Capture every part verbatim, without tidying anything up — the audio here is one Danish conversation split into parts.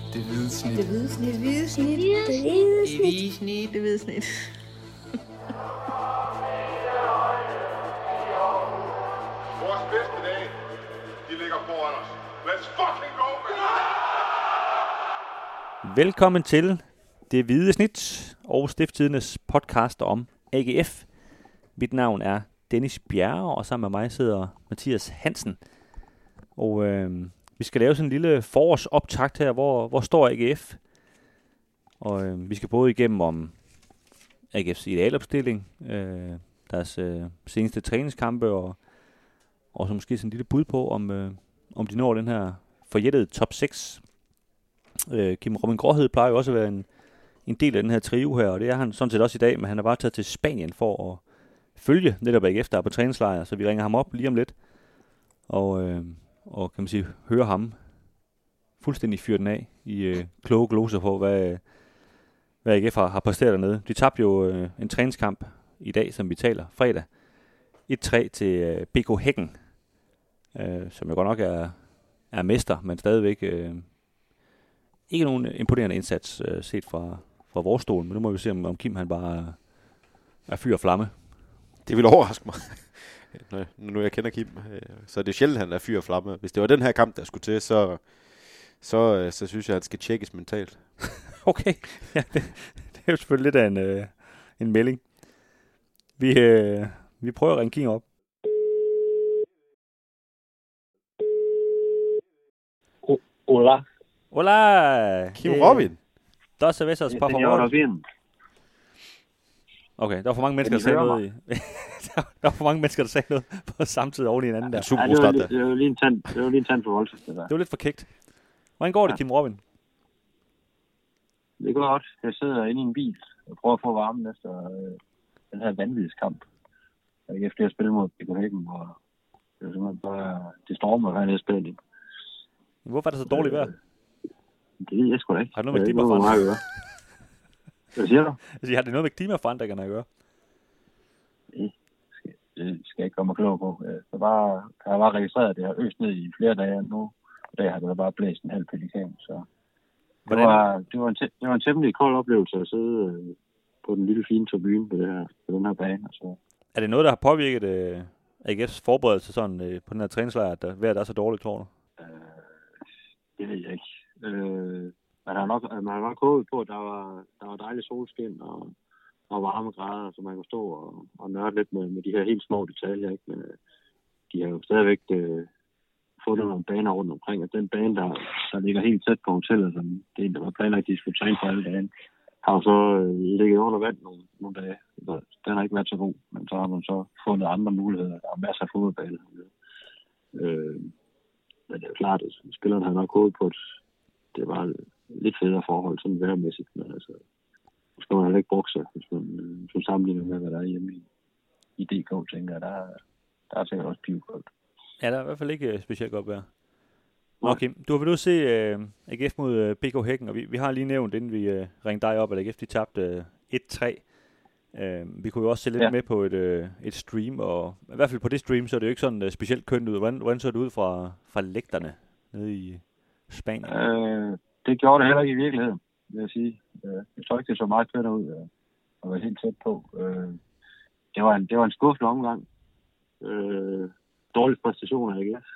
Det hvide snit. Det hvide snit. Det hvide snit. Det hvide snit. Det hvide snit. Det hvide snit. Vores bedste dage, de ligger foran os. Let's fucking go, man! Velkommen til Det Hvide Snit og Stiftstidendes podcast om A G F. Mit navn er Dennis Bjerre, og sammen med mig sidder Mathias Hansen. Og øh, vi skal lave sådan en lille forårsoptakt her, hvor, hvor står A G F? Og øh, vi skal både igennem om A G F's idealopstilling, øh, deres øh, seneste træningskampe, og, og så måske sådan en lille bud på, om, øh, om de når den her forjættede top seks. Øh, Kim Robin Gråhed plejer jo også at være en, en del af den her trio her, og det er han sådan set også i dag, men han er bare taget til Spanien for at følge netop A G F, der er på træningslejr, så vi ringer ham op lige om lidt, og, øh, og kan man sige, høre ham fuldstændig fyre den af i øh, kloge gloser på, hvad, hvad A G F har, har præsteret dernede. De tabte jo øh, en træningskamp i dag, som vi taler, fredag, et tre til øh, B K Hækken, øh, som jo godt nok er, er mester, men stadigvæk øh, ikke nogen imponerende indsats øh, set fra, fra vores stol, men nu må vi se, om, om Kim han bare er fyr og flamme. Det vil overraske mig, når nu jeg kender Kim. Så det er sjældent, han er fyr og flamme. Hvis det var den her kamp, der skulle til, så, så, så synes jeg, at han skal tjekkes mentalt. Okay, ja, det, det er jo selvfølgelig lidt af en, øh, en melding. Vi, øh, vi prøver at ringe Kim op. Hola. Hola! Kim eh, Robin. Dos veces, por favor. Okay, der var for mange mennesker, der sagde noget i. Der var for mange mennesker, der sagde noget på samme tid over i hinanden der. Super ja, det, var, det, det var lige en tand, det var lige en tand for voldsomt, det der. Det var lidt for kægt. Hvordan går det, ja. Kim Robin? Det går godt. Jeg sidder inde i en bil og prøver at få varmen efter øh, den her vanvidskamp. Efter jeg spillede mod B K Hækken, og det var simpelthen bare, det stormer hernede i Spanien. Hvorfor er det så dårligt vejr? Øh, det ved jeg sgu da ikke. Har det noget med klimaforandringer? Hvad siger du? Altså, har det noget med klimaforandringerne at gøre? Det skal, det skal jeg ikke komme klog på. Jeg var, jeg var registreret, at det har øst ned i flere dage nu. I dag har det bare blæst en halv pelikan, så det var, det, var en te- det var en temmelig kold oplevelse at sidde øh, på den lille fine tribune på, det her, på den her bane. Så. Er det noget, der har påvirket øh, A G F's forberedelse sådan, øh, på den her træningslejr, at vejret er så dårligt, tror du? Øh, det ved jeg ikke. Øh, Man har nok, man har nok håbet på, at der var, der var dejlig solskin og, og varme grader, så man kunne stå og, og nørde lidt med, med de her helt små detaljer. Ikke? Men de har jo stadigvæk øh, fundet nogle baner rundt omkring, og den bane, der, der ligger helt tæt på hotellet, som det en, der var planlagt, de skulle træne på alle dagen, har jo så øh, ligget under vand nogle, nogle dage. Den har ikke været så god, men så har man så fundet andre muligheder. Der er masser af fodboldbaner. Øh, men det er jo klart, at spillerne har nok håbet på, at det var lidt federe forhold, sådan vejrmæssigt, men altså, nu skal man heller ikke brokse, hvis man, hvis man sammenligner med, hvad der er hjemme i, i D K, tænker jeg, der, der er sikkert også pivkoldt. Ja, der er i hvert fald ikke uh, specielt godt vejr. Okay, du har vel ud se uh, A G F mod uh, B K Hækken, og vi, vi har lige nævnt, inden vi uh, ringede dig op, at A G F de tabte uh, et tre. Uh, vi kunne jo også se lidt ja. med på et, uh, et stream, og i hvert fald på det stream, så er det jo ikke sådan uh, specielt kønt ud. Hvordan, hvordan så det ud fra, fra lægterne nede i Spanien? Øh, Det gjorde det heller ikke i virkeligheden, vil jeg sige. Jeg tror ikke, det så meget kønner ud og være helt tæt på. Det var en, det var en skuffende omgang. Dårlige præstationer, A G F.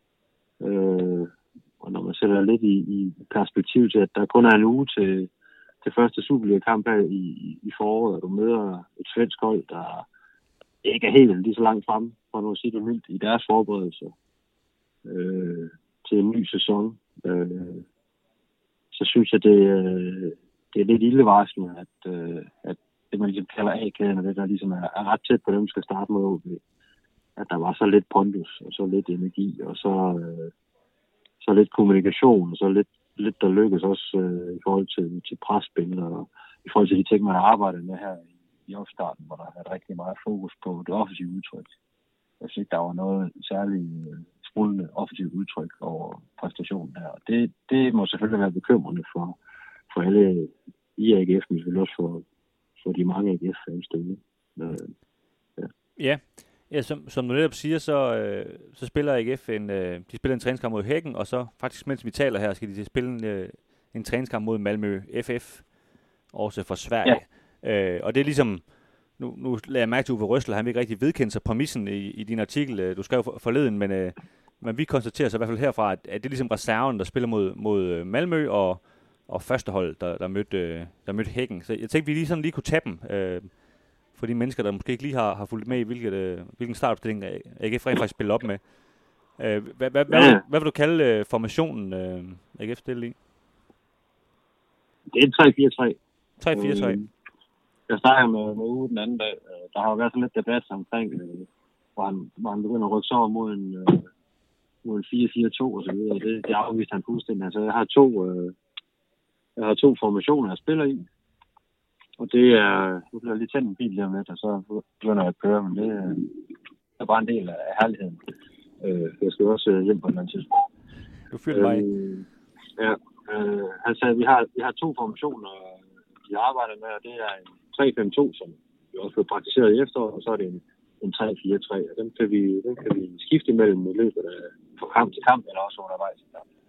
Og når man sætter lidt i, i perspektiv til, at der kun er en uge til, til første Superliga-kamp her i, i foråret, og du møder et svensk hold, der ikke er helt lige så langt fremme, for nu at sige det mildt, i deres forberedelse øh, til en ny sæson. Øh, så synes jeg, det, det er lidt ildevarslende, at, at det, man ligesom kalder A-kæden, og det, der ligesom er, er ret tæt på dem, skal starte med, at der var så lidt pondus, og så lidt energi, og så, så lidt kommunikation, og så lidt, lidt der lykkes også uh, i forhold til, til presspil, og i forhold til de ting, man har arbejdet med her i, i opstarten, hvor der har været rigtig meget fokus på det offensive udtryk. Jeg synes ikke, der var noget særligt sprudlende offensivt udtryk over præstationen her. Og det, det må selvfølgelig være bekymrende for, for alle i A G F, men selvfølgelig også for, for de mange A G F-fans derude. Ja. Ja, ja som, som du netop siger, så, øh, så spiller A G F en, øh, de spiller en træningskamp mod Hækken, og så faktisk, mens vi taler her, skal de spille en, øh, en træningskamp mod Malmö F F, også for Sverige. Ja. Øh, og det er ligesom, nu, nu lader jeg mærke til Uwe Røsler, han vil ikke rigtig vedkende sig præmissen i, i din artikel, du skrev for, forleden, men, øh, men vi konstaterer så i hvert fald herfra, at, at det er ligesom reserven, der spiller mod, mod Malmö, og, og førstehold, der, der, mødte, der mødte Hækken. Så jeg tænkte, vi lige sådan lige kunne tage dem, øh, for de mennesker, der måske ikke lige har, har fulgt med i, hvilket, øh, hvilken startopstilling A G F rent faktisk spiller op med. Øh, hvad, hvad, hvad, ja. hvad vil du kalde øh, formationen, øh, A G F stiller i? Det er en tre fire tre. tre fire tre. Øh, jeg snakker med, med Uwe den anden dag. Der har jo været sådan lidt debat omkring, øh, hvor, han, hvor han begynder at rykke sig over mod en, øh, mod en fire fire to og så videre. Det, det afviste han fuldstændig. Altså, jeg har to, øh, jeg har to formationer, jeg spiller i. Og det er, nu bliver jeg lige tændt en bil lige om lidt, og så begynder jeg at køre, men det øh, er bare en del af herligheden. Øh, jeg skal også øh, hjem på en eller anden tidspunkt. Du følger mig. Øh, ja, øh, han sagde, at vi har, vi har to formationer, vi arbejder med, og det er en tre fem to, som vi også har praktiseret i efteråret, og så er det en, en tre fire tre, og den kan vi, den kan vi skifte imellem i løbet af fra kamp til kamp, eller også undervejs.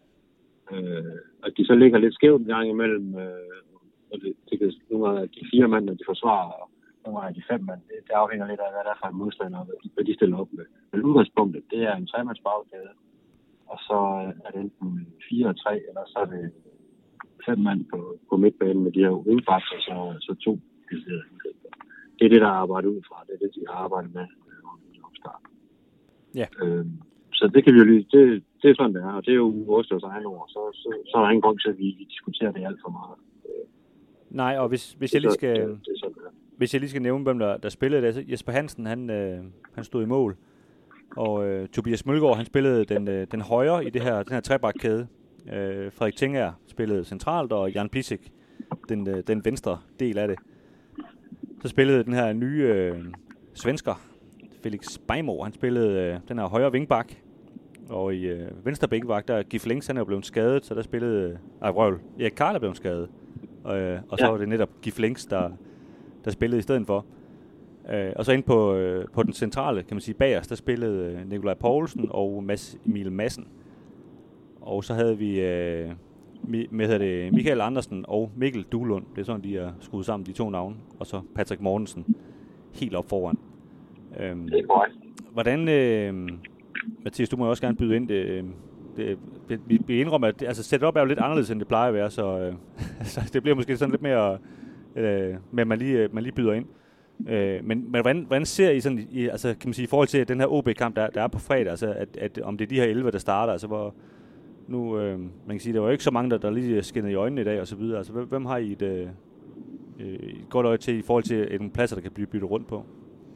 Øh, og de så ligger lidt skævt en gang imellem, øh, og det, det kan nogle gange de fire mand, når de forsvarer, og nogle gange de fem mand, det, det afhænger lidt af, hvad der er for en modstander, og hvad de, hvad de stiller op med. Men udgangspunktet, det er en tremands bagkæde, og så er det enten fire og tre, eller så er det fem mand på, på midtbanen med de her wingbacks, og så, så to decideret angriber. Det er det, der er arbejdet ud fra. Det er det, de har arbejdet med i opstart. Ja. Øhm, så det kan vi jo lige, det, det er sådan, det er, og det er jo vores egen ord. Så, så, så er der ingen grund til, at vi, vi diskuterer det alt for meget. Nej, og hvis, hvis, jeg lige skal, det, det sådan, hvis jeg lige skal nævne, hvem der, der spillede det, så Jesper Hansen, han, øh, han stod i mål, og øh, Tobias Mølgaard, han spillede den, øh, den højre i det her, den her trebakkæde. Øh, Frederik Tinger spillede centralt, og Jan Pisik den, øh, den venstre del af det. Så spillede den her nye øh, svensker, Felix Beimo, han spillede øh, den her højre vingbak, og i øh, venstre vingbak, der Gif Links, han er jo blevet skadet, så der spillede, ej røvl, Erik Karl er blevet skadet, og, øh, og så ja. var det netop Gif Links, der, der spillede i stedet for. Øh, og så ind på, øh, på den centrale, kan man sige, bagerst, der spillede øh, Nikolaj Poulsen og Mads Emil Madsen. Og så havde vi øh, med det Michael Andersen og Mikkel Duelund. Det er sådan, de er skruet sammen, de to navne. Og så Patrick Mortensen helt op foran. Øhm, det er korrekt. Hvordan, øh, Mathias, du må også gerne byde ind. Det, det, det, vi, vi indrømmer, at det, altså, setup er jo lidt anderledes, end det plejer at være. Så, øh, så det bliver måske sådan lidt mere, øh, med at man lige, man lige byder ind. Øh, men men hvordan, hvordan ser I sådan, i, altså, kan man sige, i forhold til den her O B-kamp, der, der er på fredag, altså, at, at, om det er de her elleve, der starter, altså hvor... Nu, øh, man kan sige, der var jo ikke så mange, der, der lige skinnede i øjnene i dag, og så videre. Altså, hvem, hvem har I et, øh, et godt øje til, i forhold til nogle pladser, der kan blive byttet rundt på?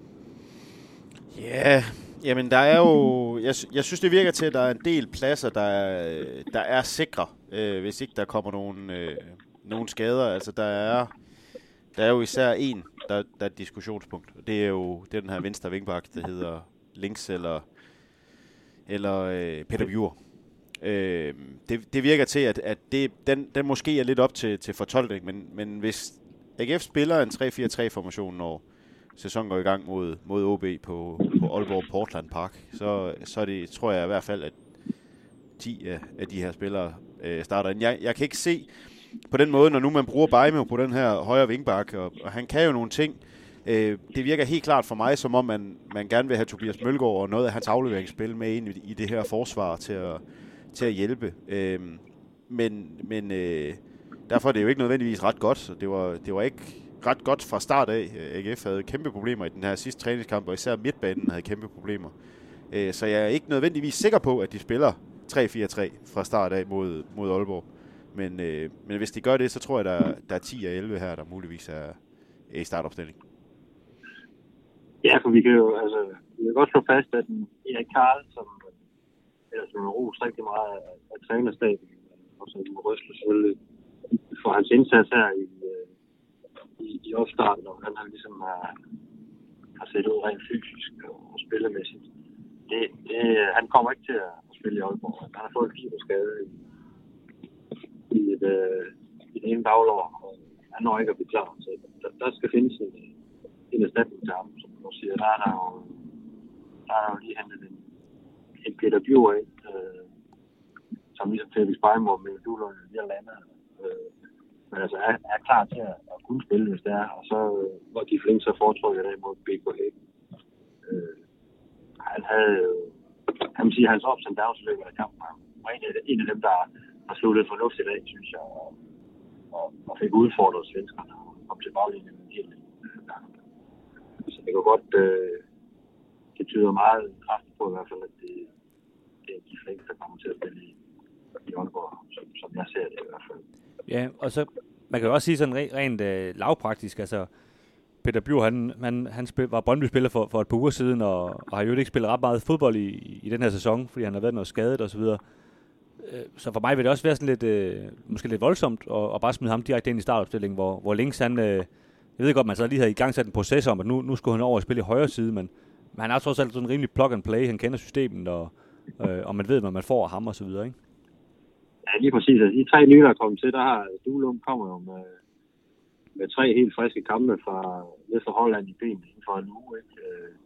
Ja, yeah. Jamen der er jo... Jeg, jeg synes, det virker til, at der er en del pladser, der er, der er sikre, øh, hvis ikke der kommer nogen, øh, nogen skader. Altså, der er, der er jo især en, der, der er et diskussionspunkt. Det er jo det er den her venstre vingbak, der hedder Links eller, eller øh, Peter Bjur. Øh, det, det virker til, at, at det, den, den måske er lidt op til, til fortolkning, men, men hvis A G F spiller en tre fire tre-formation, når sæsonen går i gang mod, mod O B på, på Aalborg Portland Park, så, så er det, tror jeg i hvert fald, at ti af, af de her spillere øh, starter. Jeg, jeg kan ikke se på den måde, når nu man bruger Beimo på den her højre vingbak, og, og han kan jo nogle ting. Øh, det virker helt klart for mig, som om man, man gerne vil have Tobias Mølgaard og noget af hans afleveringsspil med ind i, i det her forsvar til at til at hjælpe. Øh, men men øh, derfor er det jo ikke nødvendigvis ret godt. Så det var, det var ikke ret godt fra start af. A G F havde kæmpe problemer i den her sidste træningskamp, og især midtbanen havde kæmpe problemer. Øh, så jeg er ikke nødvendigvis sikker på, at de spiller tre fire tre fra start af mod, mod Aalborg. Men, øh, men hvis de gør det, så tror jeg, der, der er ti af elleve her, der muligvis er, er i startopstilling. Ja, for vi kan jo altså, vi kan godt slå fast, at Erik Karl, som ellers man ros rigtig meget af, af trænerstaben, og så Uwe Røsler selvfølgelig, for hans indsats her i, i, i opstarten, og han har ligesom har, har set ud rent fysisk og, og spillemæssigt. Det, det, han kommer ikke til at spille i Aalborg. Han har fået en fiberskade i, i, et, øh, i det ene baglår, og han når ikke at blive klar. Så der, der skal findes en, en erstatning til ham, som du siger. Der er der jo, der er jo lige hentet en en Peter Bjur ind, øh, som ligesom Felix Beimo med Duelund og de her lande, Øh, men altså er, er klar til at, at kunne spille, hvis det er. Og så øh, var de flink så foretrukket i dag mod B K Hækken. Øh, han havde, kan man sige, hans ups and downs i løbet af kampen. Og en af, en af dem, der har sluttet fornuft i dag, synes jeg, og, og, og fik udfordret svenskerne og kom til baglinjen en hel gang. Så det kan godt, øh, det tyder meget kraftigt på i hvert fald, at det, det er de flink, der kommer til at spille i, i Aalborg, som, som jeg ser det i hvert fald. Ja, og så, man kan jo også sige sådan rent, rent øh, lavpraktisk, altså Peter Bjur, han, han, han spil, var Brøndby-spiller for, for et par uger siden, og, og har jo ikke spillet ret meget fodbold i, i den her sæson, fordi han har været noget skadet og så videre. Så for mig vil det også være sådan lidt, øh, måske lidt voldsomt, at, at bare smide ham direkte ind i startopstillingen, hvor, hvor Links han, øh, jeg ved godt, man så lige havde i gang sat en proces om, at nu, nu skulle han over og spille i højre side, men, men han er trods alt sådan en rimelig plug and play, han kender systemet, og, øh, og man ved, hvad man får af ham og så videre, ikke? Ja, lige præcis. Altså, de tre nye, der er kommet til, der har Duelum kommer jo med, med tre helt friske kampe fra Vester Holland i benene inden for en uge, ikke?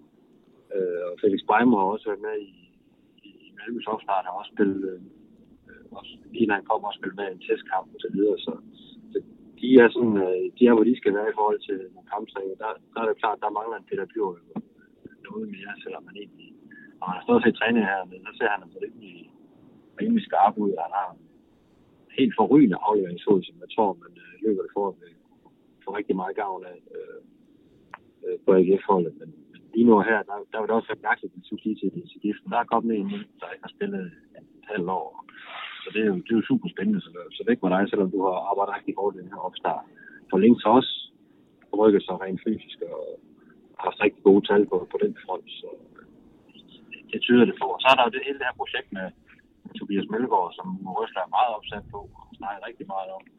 Øh, og Felix Breimer har også været med i, i, i Malmøs opstart, har også spillet, øh, også, lige når han kommer og spille med en testkamp og så videre, så, så de er sådan, øh, de er, hvor de skal være i forhold til nogle kamptræninger. Der, der er det klart, der mangler en Peter Bjur noget mere, selvom man egentlig, når han har stået til træning her, men så ser han altså rimelig, rimelig skarp ud, og han har helt forrygende afleveringshoved, som jeg tror, man øh, løber det for at få rigtig meget gavn af øh, øh, på A G F-holdet. Men, men lige nu her, der, der vil det også være mærkeligt til til, til giften. Der er kommet en, der ikke har spillet et halvt år. Så det er jo, det er jo super spændende. Så, så væk med dig, selvom du har arbejdet rigtig hårdt i den her opstart. For Links også rykket sig rent fysisk og har haft rigtig gode tal på, på den front. Så det, det tyder det for. Og så er der jo det hele det her projekt med Tobias Mølgaard, som Røsler er meget opsat på og snakker rigtig meget om.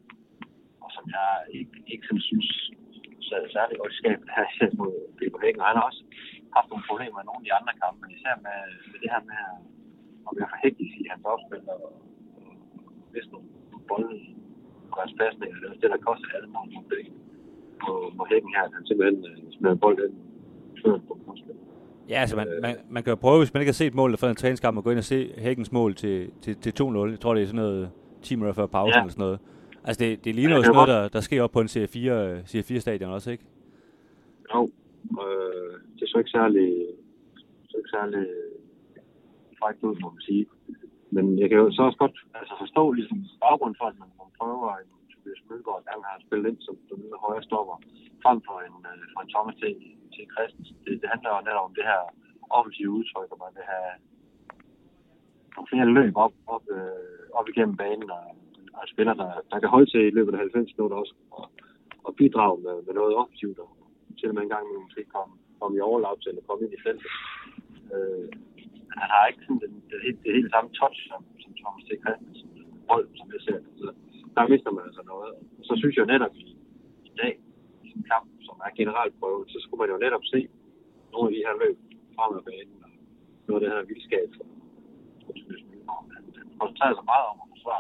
Og som jeg ikke, ikke sådan synes er særlig godt skabet her mod B K Hækken. Han har også haft nogle problemer med nogle af de andre kampe, men især med, med det her med at være for hektisk i hans opspil og, og vist nogle bolde på hans pasninger. Det er også det, der koster alle mål på, på Hækken her. Han simpelthen smider bolden før på målspil. Ja, altså man, man, man kan jo prøve, hvis man ikke har set målet for en træningskamp, at gå ind og se Hækkens mål til, til, til to nul. Jeg tror, det er sådan noget ti minutter før pausen ja. Eller sådan noget. Altså det, det ligner jo sådan noget, der, der sker op på en serie fire stadion også, ikke? Jo, øh, det er så ikke særlig, så ikke særlig frækt ud, må man sige. Men jeg kan jo så også godt altså forstå ligesom baggrund for, at man, man prøver en Tobias Mølgaard, der har spillet ind som den højre stopper, frem for en, for en Thomas til, til Christensen. Det, det handler jo netop om det her offensive udtryk, og man vil have nogle flere løb op, op, øh, op igennem banen, og og spiller, der, der kan holde til i løbet af halvfems minutter også, og, og bidrage med, med noget offensivt, og til og med en gang med måske komme, komme i overlap til, eller komme ind i feltet. Øh, han har ikke sådan den, det, det, det helt samme touch, som, som Thomas T. Christensen hold, som jeg ser det. Så der mister man altså noget. Og så synes jeg netop i, i dag, i en kamp, som er generalprøve, så skulle man jo netop se nogle af de her løb frem af banen, og noget af det her vildskab for Tobias Mølgaard. Han koncentrerer sig meget om at forsvare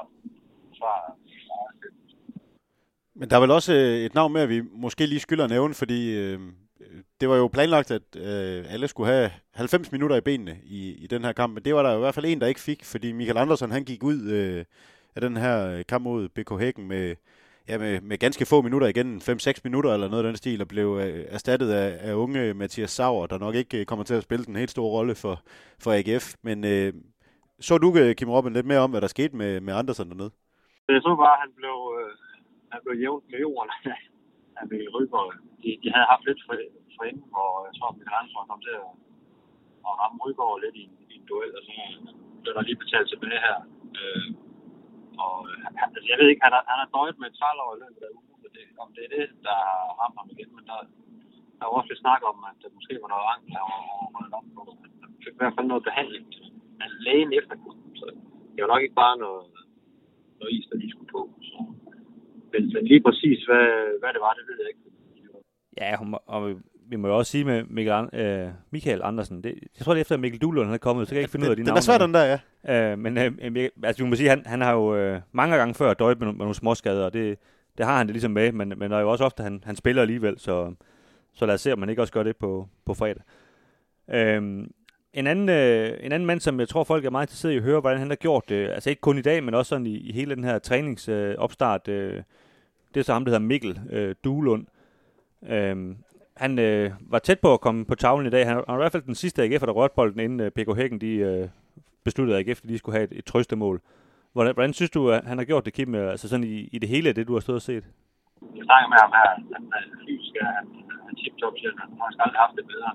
Men der er vel også et navn med, at vi måske lige skylder at nævne, fordi øh, det var jo planlagt, at øh, alle skulle have halvfems minutter i benene i, i den her kamp, men det var der i hvert fald en, der ikke fik, fordi Michael Andersen, han gik ud øh, af den her kamp mod B K Hækken med, ja, med, med ganske få minutter igen, fem seks minutter eller noget af den stil, og blev øh, erstattet af, af unge Mathias Sauer, der nok ikke kommer til at spille den helt store rolle for, for A G F. Men øh, så du, Kim Robben, lidt mere om, hvad der skete med, med Andersen dernede? Jeg så bare, at han blev, øh, han blev jævnt med jorden af Mikkel Rygaard. De, de havde haft lidt for inden, hvor jeg tror, at Mikkel Andersen kom til at, at ramme Rygaard lidt i, i en duel, og så blev der lige betalt tilbage her. Øh, og han, altså, jeg ved ikke, han har, han har døjet med et trælår i løbet af ugen, om det er det, der har ramt ham igen, men der, der var også lidt snak om, at det måske var noget angst, og holdt op på. Han fik i hvert fald noget behandling af lægen efter kampen, så det var nok ikke bare noget noget is, der lige skulle på. Så. Men, men lige præcis, hvad, hvad det var, det ved jeg ikke. Ja, og vi må jo også sige med Michael, øh, Michael Andersen, det, jeg tror det er efter, at Mikkel Duelund er kommet, så kan jeg ikke finde ud af de navne. Den er svært, den der, ja. Øh, men øh, altså, vi må sige, han, han har jo øh, mange gange før døjet med, med nogle småskader, og det, det har han det ligesom med, men, men der er jo også ofte, han, han spiller alligevel, så, så lad os se, om man ikke også gør det på, på fredag. Øh, En anden, øh, en anden mand, som jeg tror, folk er meget interesseret i at høre, hvordan han har gjort det, altså ikke kun i dag, men også sådan i, i hele den her træningsopstart, øh, øh, det er så ham, der hedder Mikkel øh, Duelund. Øh, han øh, var tæt på at komme på tavlen i dag. Han var i hvert fald den sidste A G F'er, der rørte bolden, inden øh, P K Hækken de, øh, besluttede, at A G F de skulle have et, et trøstemål. Hvordan, hvordan synes du, at han har gjort det, Kim, altså sådan i, i det hele af det, du har stået og set? Jeg snakker med ham her, at fysisk er han, han tip-top, siger han. Han har faktisk aldrig haft det bedre.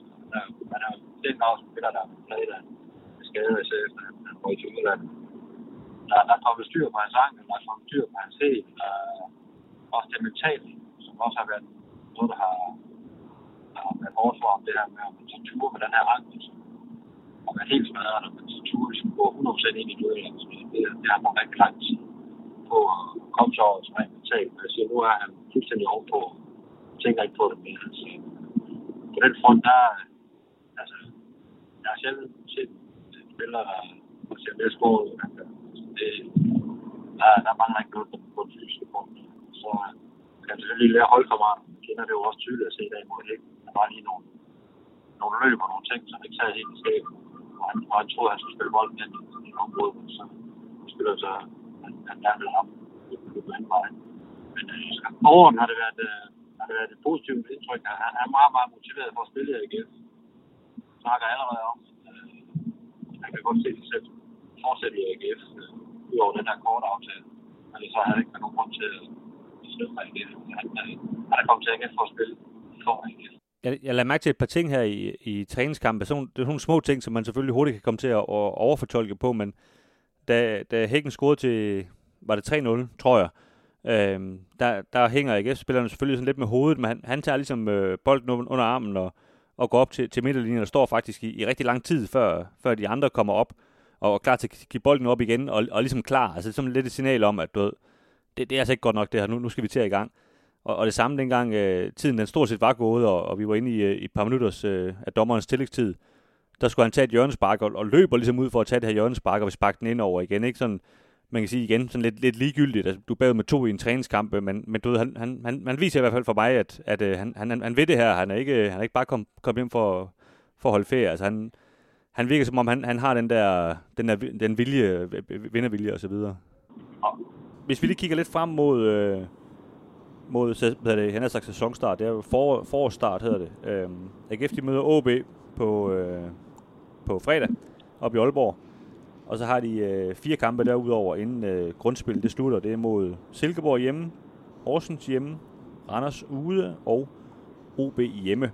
Han er jo den også spiller, der er plaget af skade, især efter han var i Tyskland. Der, der er kommet styr på hans ankel, der er kommet styr på hans sæt, og også det mentale, som også har været noget, der har, der har været hårdt for ham, det her med at man så ture med den her ankel, og være helt smadret, og man så ture ligesom gå hundrede procent ind i duellen. Det, det har man rigtig lang tid på at komme så over som rent mentalt. Jeg siger, nu er han fuldstændig ovenpå, og tænker ikke på det mere. Så på den front, der altså, jeg har sjældent set spillere, der ser mere skåret. Det, der, der mangler ikke noget på den fysiske punkt. Så kan jeg selvfølgelig lære holdkammerater. Jeg kender det jo også tydeligt at se i dag mod Hækken. Der var lige nogle, nogle løb og nogle ting, som ikke sad helt i skabet. Og han, og han troede, at han skulle spille bolden ind i en område, så spiller så han, han gerne vil ham på den anden vej. Men øh, overordnet har det været, øh, har det været et positivt indtryk. Han er meget, meget motiveret for at spille i A G F. Snakker allerede om, øh, han kan godt se sig selv fortsætte i A G F, øh, udover den her korte aftale. Men så har han ikke nogen grund til at slutte med A G F. Han, øh, han er kommet til A G F for at spille for A G F. Jeg, jeg lader mærke til et par ting her i, i træningskampe. Sådan, det er nogle små ting, som man selvfølgelig hurtigt kan komme til at, at overfortolke på, men da, da Hækken scorede til, var det tre nul, tror jeg, øhm, der, der hænger A G F-spillerne selvfølgelig sådan lidt med hovedet, men han, han tager ligesom øh, bolden under armen og, og går op til, til midterlinjen, og står faktisk i, i rigtig lang tid, før, før de andre kommer op, og er klar til at give bolden op igen, og, og ligesom klar. Altså som lidt et signal om, at du ved, det, det er altså ikke godt nok det her, nu, nu skal vi til i gang. Og, og det samme dengang øh, tiden den stort set var gået, og, og vi var inde i, øh, i et par minutters øh, af dommerens tillægstid, der skulle han tage et hjørnespark, og, og løber ligesom ud for at tage det her hjørnespark, og vi sparker den ind over igen. Ikke sådan, man kan sige igen, sådan lidt, lidt ligegyldigt. Altså, du er bagud med to i en træningskamp, men, men du ved, han, han, han, han viser i hvert fald for mig, at, at øh, han, han, han ved det her. Han er ikke, han er ikke bare kommet kom hjem for, for at holde ferie. Altså, han, han virker som om, han, han har den der, den der den vilje, vindervilje og så videre. Hvis vi lige kigger lidt frem mod... Øh, mod, hvad det, han har sagt sæsonstart, det er jo for, forårsstart, hedder det. Øhm, A G F, de møder O B på, øh, på fredag, op i Aalborg. Og så har de øh, fire kampe derudover, inden øh, grundspillet det slutter. Det er mod Silkeborg hjemme, Horsens hjemme, Randers ude og O B hjemme.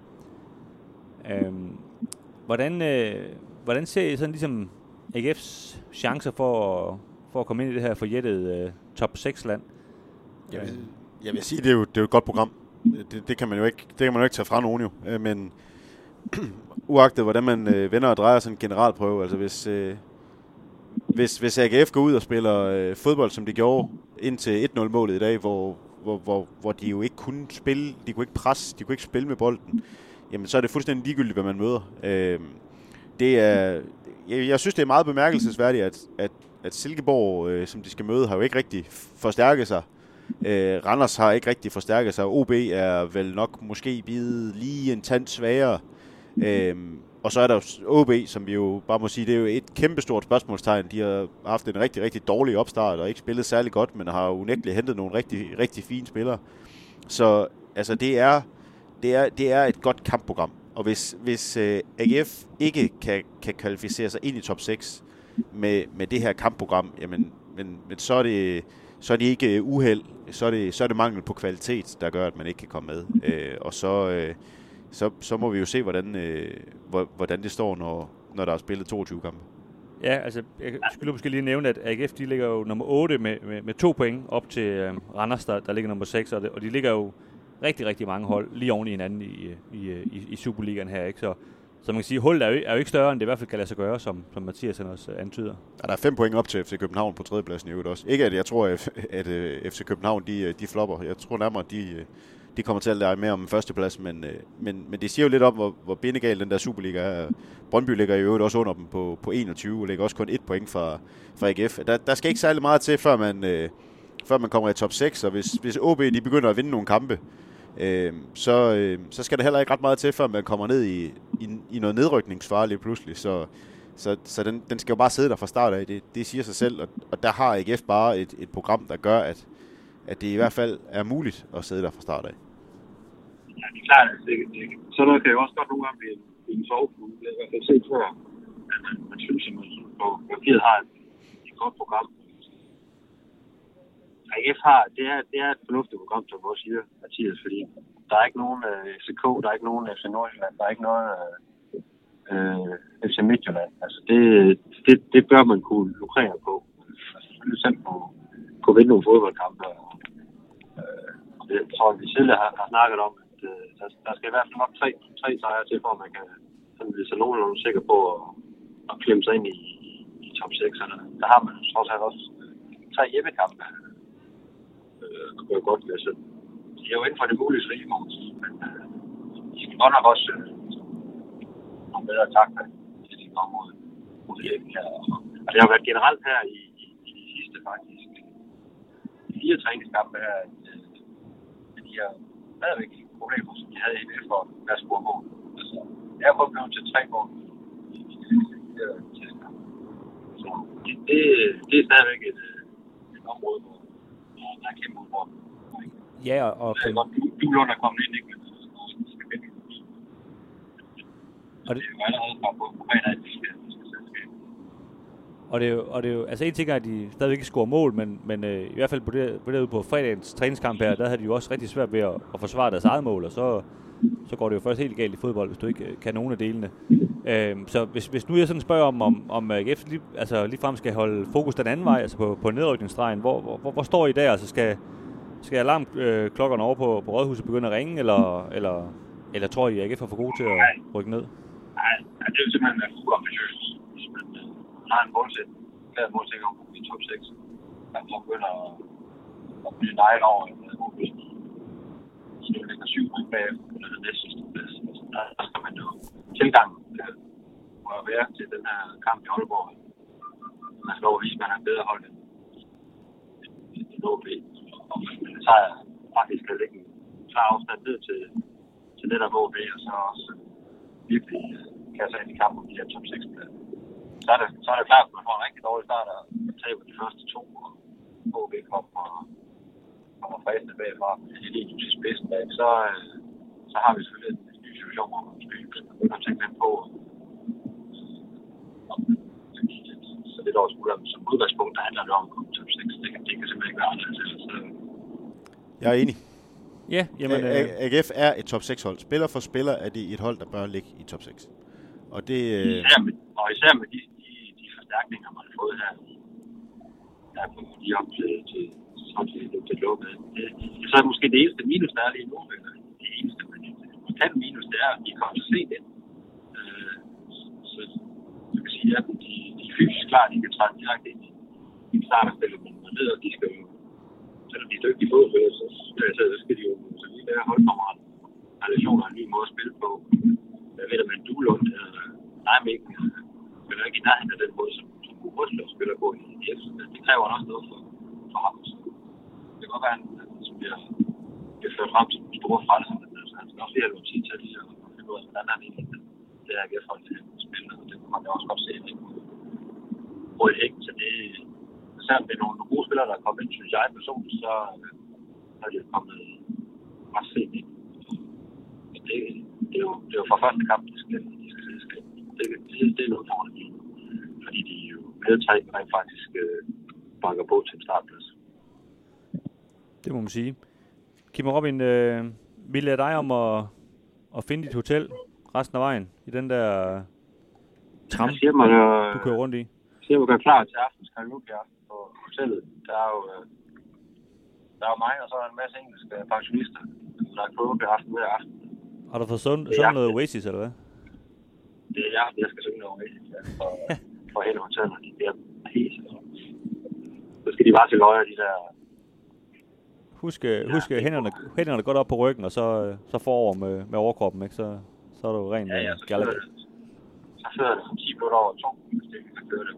Øhm, hvordan, øh, hvordan ser I sådan ligesom A G F's chancer for at, for at komme ind i det her forjættede øh, top seks-land? Jeg vil, jeg vil sige, det er jo, det er jo et godt program. Det, det, kan man jo ikke, det kan man jo ikke tage fra nogen jo. Øh, men uagtet hvordan man øh, vender og drejer sådan en generalprøve, altså hvis, øh, hvis, hvis A G F går ud og spiller øh, fodbold, som de gjorde indtil et nul-målet i dag, hvor, hvor, hvor, hvor de jo ikke kunne spille, de kunne ikke presse, de kunne ikke spille med bolden, jamen så er det fuldstændig ligegyldigt, hvad man møder. Øh, det er, jeg, jeg synes, det er meget bemærkelsesværdigt, at, at, at Silkeborg, øh, som de skal møde, har jo ikke rigtig forstærket sig. Øh, Randers har ikke rigtig forstærket sig. O B er vel nok måske blevet lige en tand svagere. Øh, og så er der O B, som vi jo bare må sige, det er jo et kæmpestort spørgsmålstegn. De har haft en rigtig, rigtig dårlig opstart og ikke spillet særlig godt, men har jo unægteligt hentet nogle rigtig, rigtig fine spillere. Så altså, det er, det er, det er et godt kampprogram. Og hvis, hvis øh, A G F ikke kan, kan kvalificere sig ind i top seks med, med det her kampprogram, jamen, men, men så er det så er det ikke uheld, så er det, så er det mangel på kvalitet, der gør, at man ikke kan komme med. Øh, og så, øh, så, så må vi jo se, hvordan, øh, hvordan det står, når, når der er spillet toogtyve kampe. Ja, altså, jeg skulle måske lige nævne, at A G F, de ligger jo nummer otte med, med, med to point op til øh, Randers, der, der ligger nummer seks, og, det, og de ligger jo rigtig, rigtig mange hold lige oven i hinanden i, i, i, i Superligaen her, ikke? Så, så man kan sige, at hullet er jo, er jo ikke større, end det i hvert fald kan lade sig gøre, som, som Mathias også antyder. Ja, der er fem point op til F C København på tredjepladsen i øvrigt også. Ikke at jeg tror, at, at, at F C København de, de flopper. Jeg tror nærmere, at de, de kommer til at lege mere om en førsteplads, men, men, men det siger jo lidt om, hvor, hvor bindegal den der Superliga er. Brøndby ligger i øvrigt også under dem på, på enogtyve, og ligger også kun et point fra, fra A G F. Der, der skal ikke særlig meget til, før man, øh, før man kommer i top seks, og hvis, hvis O B de begynder at vinde nogle kampe, øh, så, øh, så skal der heller ikke ret meget til, før man kommer ned i, i, i noget nedrykningsfare lige pludselig. Så, så, så den, den skal jo bare sidde der fra start af. Det, det siger sig selv, og, og der har A G F bare et, et program, der gør, at, at det i hvert fald er muligt at sidde der fra start af. Ja, det er klart, at det, det, så noget kan jo også godt nogle gange blive en sovefugle. Det er i hvert fald set før, at man, man synes, at man på papiret har et, et godt program. A G F har, det er, det er et fornuftigt program, som du også siger, Mathias, fordi der er ikke nogen uh, F C K, der er ikke nogen F C Nordsjælland, der er ikke noget uh, F C Midtjylland. Altså det, det, det bør man kunne lukrere på. Altså selvfølgelig selv kunne, kunne vinde nogle fodboldkampe. Uh, det tror jeg, vi selv har, har snakket om, at uh, der, der skal i hvert fald nok tre, tre sejre til, for at man kan sådan blive så nogenlunde sikker på at, at klemme sig ind i, i, i top seks. Der har man trods alt også tre hjemmekampe. Det kunne jeg godt være sådan. De er jo inden for det mulige rige, men øh, de skal godt nok også øh, nogle bedre takter til de kommer mod, mod det her. Og det har været generelt her i, i, i de sidste faktisk fire træningskampe her, at øh, de her stadigvæk problemer, som de havde i A G F for at score mål. Altså, jeg er kun blevet til tre mål i de sidste træningskampe. Så det, det, det er stadigvæk et, et område, hvor der er kæmpe udfordring. Ja, og... og det er godt, du Lund er kommet ind, ikke? Og det er jo allerede fra på fredag, at de skal selskab. Og det er jo, og det er jo, altså en ting er, at de stadigvæk ikke scorer mål, men, men øh, i hvert fald på det, på det ude på fredagens træningskamp her, der havde de jo også rigtig svært ved at, at forsvare deres eget mål, og så, så går det jo først helt galt i fodbold, hvis du ikke kan nogen af delene. Øhm, så hvis, hvis nu jeg sådan spørger om, om, om A G F lige, altså lige frem skal holde fokus den anden vej, altså på, på nedrykningsstregen, hvor, hvor, hvor står I der? Altså skal, skal alarmklokkerne over på, på Rådhuset begynde at ringe, eller, eller, eller tror I, at A G F er for gode til at rykke ned? Nej, det vil simpelthen være for ambitiøst. Hvis man har en målsætning, klart målsætning om at blive top seks, at man begynder at, at blive nejet over en målsætning. Så det ligger syv point bagefter, eller det næste sidste plads. Der, der skal man jo tilgangen må jo være til den her kamp i Aalborg. Man skal overvise, at man er bedre hold end O B. Og man tager faktisk kan lægge en klar afstand ned til, til det der O B, og så også virkelig kan sig ind i kampen om de her top seks pladser. Så er det, så er det klart, at man får en rigtig dårlig start og taber de første to, og O B kommer, kommer fræsende bagfra, fordi det er lige til spidsen bag. Så, så har vi selvfølgelig en ny situation, hvor man måske begynder at tænke lidt på. Så det er dog sgu som udgangspunkt, der handler det om at komme top seks. Det kan, det kan simpelthen ikke være anderledes. Så... Jeg er enig. Ja, jamen... A- A G F er et top seks hold. Spiller for spiller er det et hold, der bør ligge i top seks. Og det... Især med, og især med de, de, de forstærkninger, man har fået her, der er på de op til, til, til, til, til lukket. Det, det er måske det eneste minus, der er lige nu. Eller det eneste, men det kan minus, det er, at de kommer til sent ind. Øh, så jeg kan sige, at de, de er fysisk klar, de kan træde direkte ind i starterspillet, men man ved, at de skal jo, selvom de er dygtige fodspillere, så, så skal de jo så lige lære holdkammerater relationer og en ny måde at spille på. Jeg ved, at man du Lund eller Nijmegen spiller ikke i nærheden af den måde, som, som Røsler spiller på i F. Det kræver også noget for, for ham. Så det kan godt være, at han bliver, bliver ført frem til en store frelser, men altså, han skal også lige have noget tid til at finde ud af, hvordan han egentlig det er A G F-hold til at spille, og det kan man også godt se på et hæng. Så det selvom det er nogle gode spillere, der er kommet ind, synes jeg personligt, så er de kommet ret sent ind. Det, det, er jo, det er jo fra første kamp, de skal, de skal selskab. Det, det, det er noget foran lige nu, fordi de jo med tre rent faktisk øh, banker på til en startplads. Det må man sige. Kim og Robin, øh, vi lader dig om at, at finde dit hotel resten af vejen i den der tram, siger man, øh, du kører rundt i. Jeg siger, at du er klar til aftens karaoke aften på hotellet. Der er jo, øh, der er jo mig, og så er der en masse engelske pensionister, der er karaoke aften hver aften. Har du fået sunget sådan noget Oasis, eller hvad? Det er jeg, jeg skal synge noget Oasis, ja, for, for hele hotellet. De bliver helt så skal de bare til løje, de der... Husk, ja, husk hænderne, hænderne godt op på ryggen, og så, så forover med, med overkroppen, ikke? Så, så er du ren ja, ja, så gallop. Så fører det ti minutter over to, hvis det kan køre det.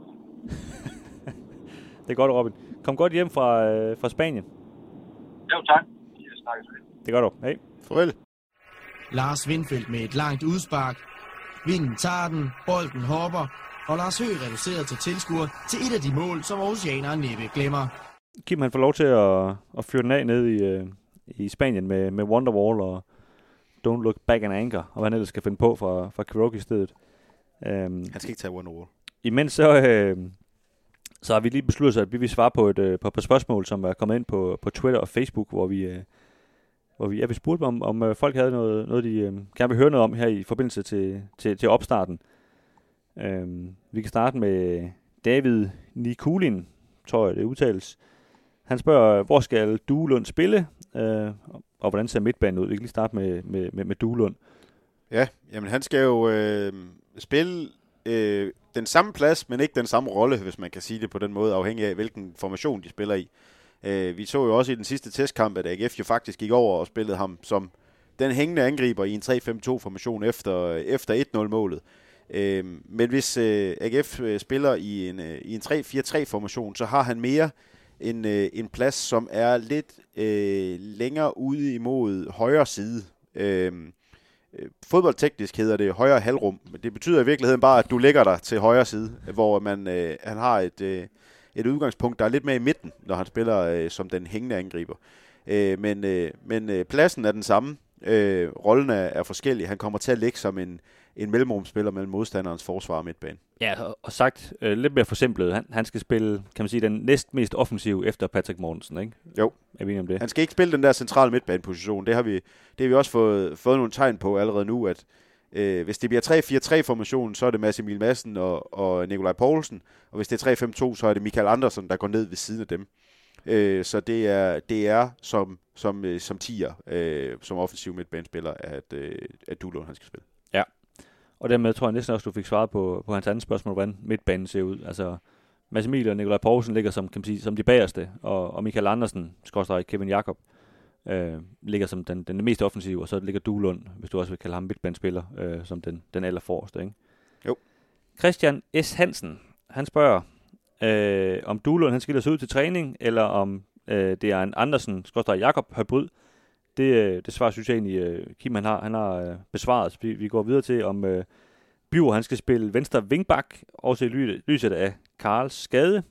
Det er godt, Robin. Kom godt hjem fra, øh, fra Spanien. Jo, tak. Jeg snakkes ved. Det gør du. Hej. Farvel. Lars Windfeldt med et langt udspark. Vinden tager den, bolden hopper, og Lars Høgh reduceret til tilskuer til et af de mål, som Aarhusianere næppe glemmer. Kim han får lov til at, at fyre den af ned i, øh, i Spanien med, med Wonderwall og Don't Look Back and Anchor, og hvad han ellers skal finde på fra, fra Quiroga i stedet. Um, han skal ikke tage Wonderwall. Imens så, øh, så har vi lige besluttet sig, at vi vil svare på et, øh, på, på spørgsmål, som er kommet ind på, på Twitter og Facebook, hvor vi, øh, hvor vi, ja, vi spurgte om, om øh, folk havde noget, noget de øh, gerne vil høre noget om her i forbindelse til, til, til opstarten. Um, vi kan starte med David Nikulin, tror jeg det udtales. Han spørger, hvor skal Duelund spille, øh, og hvordan ser midtbanen ud? Vi kan lige starte med, med, med, med Duelund. Ja, jamen han skal jo øh, spille øh, den samme plads, men ikke den samme rolle, hvis man kan sige det på den måde, afhængig af hvilken formation de spiller i. Øh, vi så jo også i den sidste testkamp, at A G F jo faktisk gik over og spillede ham som den hængende angriber i en tre fem to formation efter, efter et nul målet. Øh, men hvis øh, A G F øh, spiller i en, øh, i en tre fire tre formation, så har han mere en, øh, en plads, som er lidt øh, længere ude imod højre side. Øh, fodboldteknisk hedder det højre halvrum, men det betyder i virkeligheden bare, at du lægger dig til højre side, hvor man øh, han har et, øh, et udgangspunkt, der er lidt mere i midten, når han spiller øh, som den hængende angriber. Øh, men øh, men øh, pladsen er den samme. Øh, rollen er, er forskellig. Han kommer til at ligge som en, en mellemrumspiller mellem modstanderens forsvar og midtbane. Ja, og, og sagt øh, lidt mere forsimplet. Han, han skal spille, kan man sige, den næst mest offensive efter Patrick Mortensen, ikke? Jo. Er vi enige om det? Han skal ikke spille den der centrale midtbaneposition. Det har vi, det har vi også fået, fået nogle tegn på allerede nu, at øh, hvis det bliver tre fire tre formationen, så er det Mads Emil Madsen og, og Nikolaj Poulsen, og hvis det er tre fem to, så er det Michael Andersen, der går ned ved siden af dem. Øh, så det er, det er som, som, øh, som tier, øh, som offensiv midtbanespiller, at, øh, at Duelund han skal spille. Ja, og dermed tror jeg næsten også, du fik svaret på, på hans andet spørgsmål, hvordan midtbanen ser ud. Altså, Mads Emil og Nikolaj Poulsen ligger som, kan man sige, som de bagerste, og, og Michael Andersen, skorstræk Kevin Jakob, øh, ligger som den, den mest offensive, og så ligger Duelund, hvis du også vil kalde ham midtbanespiller, øh, som den, den allerforreste, ikke? Jo. Christian S. Hansen, han spørger, øh, om Duelund han skiller sig ud til træning, eller om øh, det er en Andersen, skorstræk Jakob, hybrid. Det, det svar, synes jeg egentlig, øh, Kim han har, han har øh, besvaret. Vi, vi går videre til, om øh, Bjur han skal spille venstre vingbak, også i ly- lyset af Karls skade.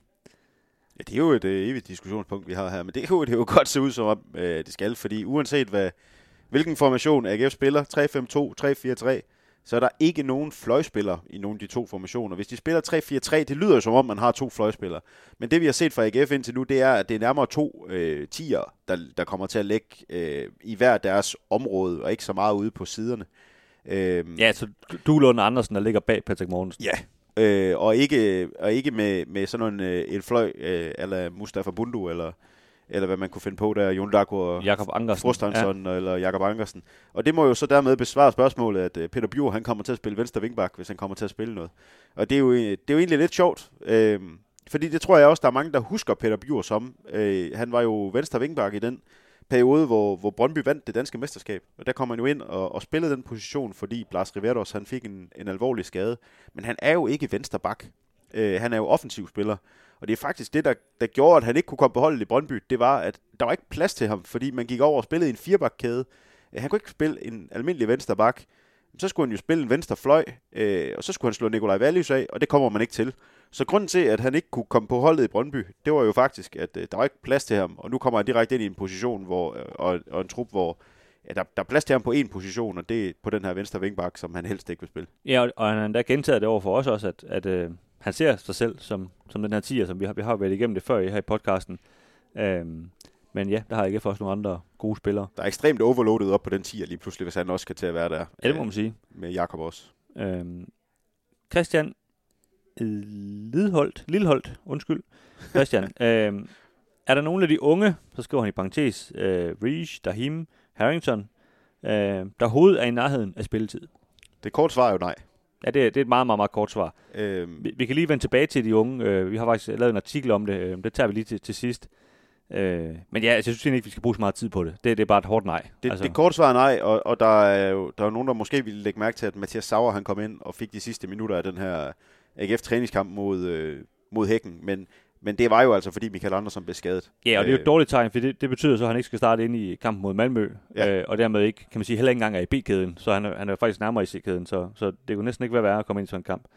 Ja, det er jo et øh, evigt diskussionspunkt, vi har her, men det er jo, det er jo godt se ud som om, øh, det skal, fordi uanset hvad, hvilken formation A G F spiller, tre fem to, tre fire tre, så er der ikke nogen fløjspiller i nogle af de to formationer. Hvis de spiller tre fire tre, det lyder jo som om, man har to fløjspillere. Men det vi har set fra A G F indtil nu, det er, at det er nærmere to øh, tier, der, der kommer til at ligge øh, i hver deres område, og ikke så meget ude på siderne. Øh, Ja, så Duelund og Andersen, der ligger bag Patrick Mortensen. Ja, øh, og ikke, og ikke med, med sådan en, øh, en fløj, øh, eller Mustafa Bundu, eller, eller hvad man kunne finde på der, Jon Daco og Jakob Ankersen. Frostansson, ja. Eller Jakob Ankersen. Og det må jo så dermed besvare spørgsmålet, at øh, Peter Bjur, han kommer til at spille venstre vingbak, hvis han kommer til at spille noget. Og det er jo, det er jo egentlig lidt sjovt, øh, fordi det tror jeg også, der er mange, der husker Peter Bjur som. Øh, han var jo venstre vingbak i den periode, hvor, hvor Brøndby vandt det danske mesterskab. Og der kom han jo ind og, og spillede den position, fordi Blas Riveros, han fik en, en alvorlig skade. Men han er jo ikke venstre bak. Øh, han er jo offensiv spiller. Og det er faktisk det, der, der gjorde, at han ikke kunne komme på holdet i Brøndby. Det var, at der var ikke plads til ham, fordi man gik over og spillede en firebakkæde. Øh, han kunne ikke spille en almindelig venstre bak. Så skulle han jo spille en venstre fløj, øh, og så skulle han slå Nikolaj Valius af, og det kommer man ikke til. Så grunden til, at han ikke kunne komme på holdet i Brøndby, det var jo faktisk, at øh, der var ikke plads til ham, og nu kommer han direkte ind i en position, hvor, øh, og, og en trup, hvor ja, der, der er plads til ham på én position, og det er på den her venstre vingbak, som han helst ikke vil spille. Ja, og, og han har endda gentaget det over for os også, at, at øh, han ser sig selv som, som den her tier, som vi har, vi har været igennem det før her i podcasten. Øhm, men ja, der har ikke for os nogle andre gode spillere. Der er ekstremt overloadet op på den tier lige pludselig, hvis han også skal til at være der. Ja, det må man sige. Med Jakob også. Øhm, Christian Lidholdt, Lilleholdt, undskyld, Christian. øhm, er der nogle af de unge, så skriver han i parentes, øh, Reece, Dahim, Harrington, øh, der hovedet er i nærheden af spilletid? Det korte svar er jo nej. Ja, det er, det er et meget, meget, meget kort svar. Øhm. Vi, vi kan lige vende tilbage til de unge. Øh, vi har faktisk lavet en artikel om det. Øh, det tager vi lige til, til sidst. Øh, men ja, altså, jeg synes ikke, vi skal bruge så meget tid på det. Det, det er bare et hårdt nej. Det, altså. det korte svar er nej, og, og der er jo der er nogen, der måske ville lægge mærke til, at Mathias Sauer, han kom ind og fik de sidste minutter af den her A G F-træningskamp mod, øh, mod Hækken. Men Men det var jo altså, fordi Michael Andersson blev skadet. Ja, og det er jo et dårligt tegn, for det, det betyder så, at han ikke skal starte ind i kampen mod Malmø, ja. øh, og dermed ikke, kan man sige, heller ikke engang er i B-kæden, så han er, han er faktisk nærmere i C-kæden, så, så det kunne næsten ikke være værre at komme ind i sådan en kamp.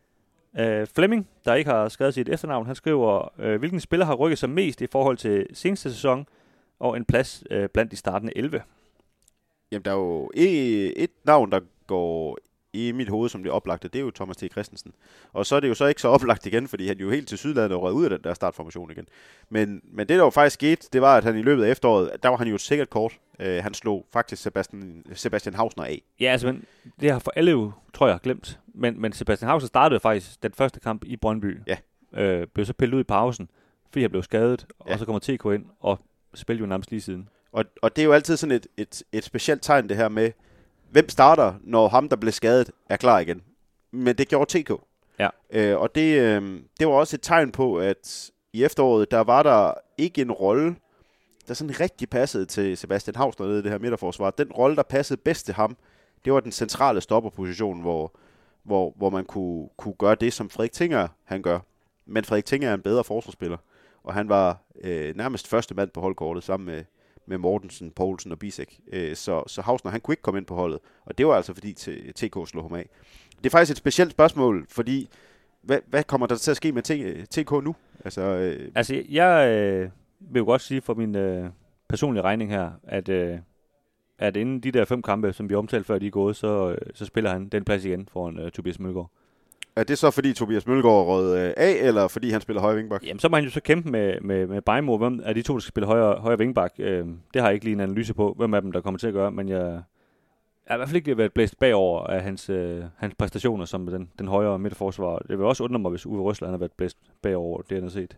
Øh, Flemming, der ikke har skrevet sit efternavn, han skriver, øh, hvilken spiller har rykket sig mest i forhold til seneste sæson, og en plads øh, blandt de startende elleve? Jamen, der er jo et navn, der går i mit hoved, som det oplagte, det er jo Thomas T. Christensen. Og så er det jo så ikke så oplagt igen, fordi han jo helt til sydlandet røg ud af den der startformation igen. Men, men det, der jo faktisk skete, det var, at han i løbet af efteråret, der var han jo et sikkert kort. Uh, han slog faktisk Sebastian, Sebastian Hausner af. Ja, altså, men det har for alle jo, tror jeg, glemt. Men, men Sebastian Hausner startede faktisk den første kamp i Brøndby. Ja. Øh, blev så pillet ud i pausen, fordi han blev skadet, ja. og så kommer T K ind og spiller jo nærmest lige siden. Og, og det er jo altid sådan et, et, et specielt tegn, det her med, hvem starter, når ham, der blev skadet, er klar igen. Men det gjorde T K. Ja. Øh, og det, øh, det var også et tegn på, at i efteråret, der var der ikke en rolle, der sådan rigtig passede til Sebastian Hausner nede i det her midterforsvar. Den rolle, der passede bedst til ham, det var den centrale stopperposition, hvor, hvor, hvor man kunne, kunne gøre det, som Frederik Tinger han gør. Men Frederik Tinger er en bedre forsvarsspiller, og han var øh, nærmest første mand på holdkortet sammen med med Mortensen, Poulsen og Bisek. Så, så Hausner, han kunne ikke komme ind på holdet. Og det var altså fordi T K slog ham af. Det er faktisk et specielt spørgsmål, fordi hvad, hvad kommer der til at ske med T K nu? Altså, øh... altså jeg øh, vil jo godt sige for min øh, personlige regning her, at, øh, at inden de der fem kampe, som vi omtalte før de er gået, så, øh, så spiller han den plads igen foran øh, Tobias Mølgaard. Er det så, fordi Tobias Mølgaard rød af, eller fordi han spiller højre vingbak? Jamen, så må han jo så kæmpe med, med, med Bejmo. Hvem er de to, der skal spille højre, højre vingbak? Øh, det har jeg ikke lige en analyse på, hvem af dem, der kommer til at gøre, men jeg, jeg har i hvert fald ikke været blæst bagover af hans, øh, hans præstationer som den, den højre midterforsvar. Det vil også undre mig, hvis Uwe Røsler har været blæst bagover det, han har set.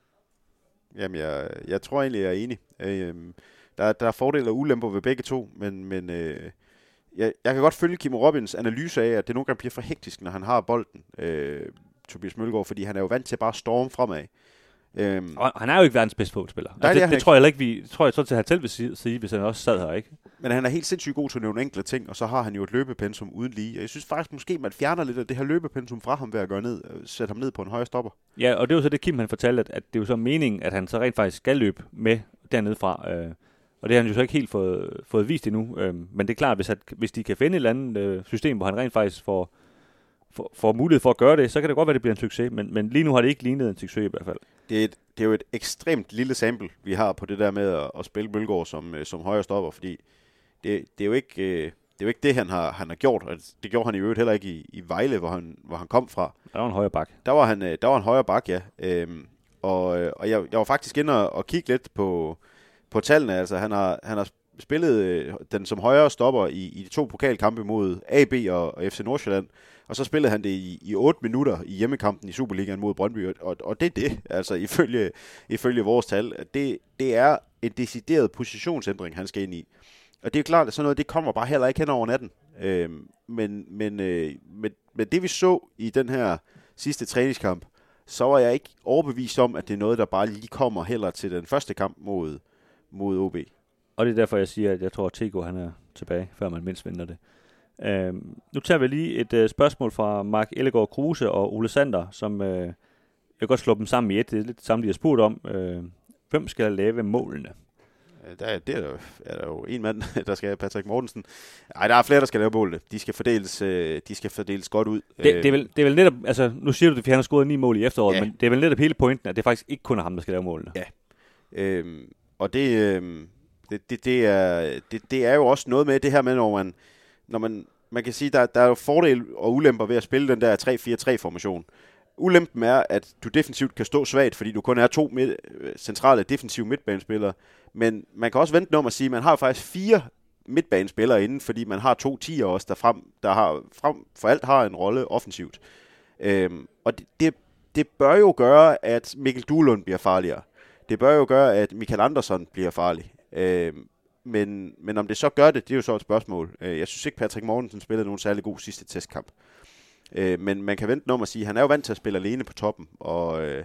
Jamen, jeg, jeg tror egentlig, jeg er enig. Øh, der, der er fordele og ulemper ved begge to, men... men øh Jeg, jeg kan godt følge Kim Robins analyse af, at det nogle gange bliver for hektisk, når han har bolden, øh, Tobias Mølgaard, fordi han er jo vant til bare at storme fremad. Øhm, og han er jo ikke verdens bedste fodboldspiller. Altså, det, det, det tror jeg heller ikke, vi tror jeg så til at han selv vil sige, sige, hvis han også sad her, ikke? Men han er helt sindssygt god til nogle enkelte ting, og så har han jo et løbepensum uden lige. Og jeg synes faktisk måske, man fjerner lidt af det her løbepensum fra ham ved at gøre ned, sætte ham ned på en højre stopper. Ja, og det er jo så det, Kim han fortalte, at, at det er jo så meningen, at han så rent faktisk skal løbe med dernede fra. Øh, Og det har han jo så ikke helt fået, fået vist endnu. Øhm, men det er klart, hvis, at, hvis de kan finde et eller andet øh, system, hvor han rent faktisk får, får, får mulighed for at gøre det, så kan det godt være, at det bliver en succes. Men, men lige nu har det ikke lignet en succes i hvert fald. Det er, et, det er jo et ekstremt lille sample, vi har på det der med at, at spille Mølgaard som, som højre stopper, fordi det, det, er jo ikke, det er jo ikke det, han har, han har gjort. Og det gjorde han i øvrigt heller ikke i, i Vejle, hvor han, hvor han kom fra. Der var en højre bak. Der var, han, der var en højre bak, ja. Øhm, og og jeg, jeg var faktisk inde og, og kigge lidt på... På tallene, altså han har, han har spillet øh, den som højre stopper i, i de to pokalkampe mod A B og, og F C Nordsjælland, og så spillede han det i, i otte minutter i hjemmekampen i Superligaen mod Brøndby, og, og det er det, altså ifølge, ifølge vores tal, det, det er en decideret positionsændring, han skal ind i. Og det er klart, at sådan noget, det kommer bare heller ikke hen over natten. Øh, men, men, øh, men, men det vi så i den her sidste træningskamp, så var jeg ikke overbevist om, at det er noget, der bare lige kommer heller til den første kamp mod mod O B. Og det er derfor, jeg siger, at jeg tror, at T K han er tilbage, før man mindst venter det. Øhm, nu tager vi lige et uh, spørgsmål fra Mark Ellegaard Kruse og Ole Sander, som uh, jeg kan godt slå dem sammen i et. Det er lidt samme, de har spurgt om. Uh, hvem skal lave målene? Der er, det er, der, er der jo en mand, der skal Patrick Mortensen. Nej, der er flere, der skal lave målene. De skal fordeles, øh, de skal fordeles godt ud. Det, det, er vel, det er vel netop, altså nu siger du det, fordi han har scoret ni mål i efteråret, ja. Men det er vel netop hele pointen, at det faktisk ikke kun er ham, der skal lave målene. Ja. Øhm, og det, øh, det, det, det, er, det, det er jo også noget med det her med, når man, når man, man kan sige, der, der er jo fordele og ulemper ved at spille den der tre fire tre formation. Ulempen er, at du defensivt kan stå svagt, fordi du kun er to midt, centrale defensive midtbanespillere. Men man kan også vente om at sige, at man har faktisk fire midtbanespillere inden, fordi man har to tier også, der, frem, der har, frem for alt har en rolle offensivt. Øhm, og det, det, det bør jo gøre, at Mikkel Duelund bliver farligere. Det bør jo gøre, at Michael Andersson bliver farlig. Øhm, men, men om det så gør det, det er jo så et spørgsmål. Jeg synes ikke, Patrick Mortensen spillede nogen særlig god sidste testkamp. Øh, men man kan vente om at sige, at han er jo vant til at spille alene på toppen, og, øh,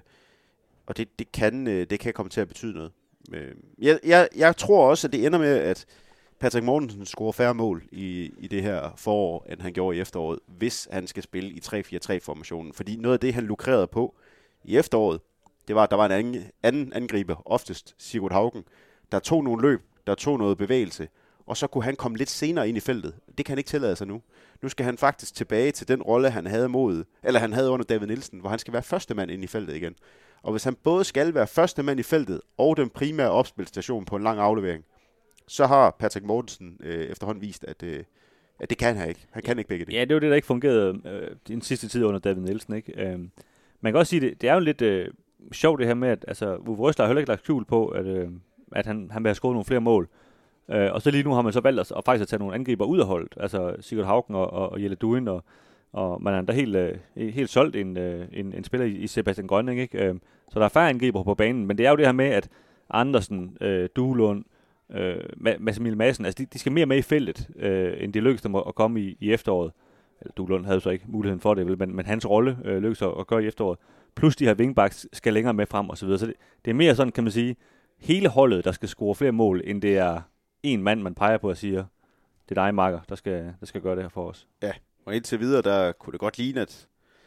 og det, det, kan, øh, det kan komme til at betyde noget. Øh, jeg, jeg, jeg tror også, at det ender med, at Patrick Mortensen scorer færre mål i, i det her forår, end han gjorde i efteråret, hvis han skal spille i tre fire tre-formationen. Fordi noget af det, han lukrerede på i efteråret, det var, at der var en anden, anden angriber, oftest Sigurd Haugen, der tog nogle løb, der tog noget bevægelse, og så kunne han komme lidt senere ind i feltet. Det kan han ikke tillade sig nu. Nu skal han faktisk tilbage til den rolle, han havde mod, eller han havde under David Nielsen, hvor han skal være første mand ind i feltet igen. Og hvis han både skal være første mand i feltet, og den primære opspilstation på en lang aflevering, så har Patrick Mortensen øh, efterhånden vist, at, øh, at det kan han ikke. Han kan ikke begge det. Ja, det var det, der ikke fungerede øh, den sidste tid under David Nielsen, ikke? Øh, man kan også sige, det, det er jo lidt øh, sjovt det her med, at altså, Uwe Røsler har heller ikke lagt skjul på, at, øh, at han, han vil have skåret nogle flere mål. Øh, og så lige nu har man så valgt at, at faktisk at tage nogle angriber ud af holdet, altså Sigurd Haugen og, og, og Jelle Duin, og, og man har endda helt, øh, helt solgt en, øh, en, en spiller i, i Sebastian Grønning, ikke? Øh, så der er færre angriber på banen, men det er jo det her med, at Andersen, øh, Duelund, øh, Mads Emil Madsen, altså de, de skal mere med i feltet, øh, end det lykkedes dem at komme i, i efteråret. Duelund havde så ikke muligheden for det, men, men hans rolle øh, lykkedes at, at gøre i efteråret. Plus de her wingbacks skal længere med frem og så videre. Så det, det er mere sådan, kan man sige, hele holdet, der skal score flere mål, end det er en mand, man peger på og siger, det er dig, Marker, der skal, der skal gøre det her for os. Ja, og indtil videre, der kunne det godt ligne, at,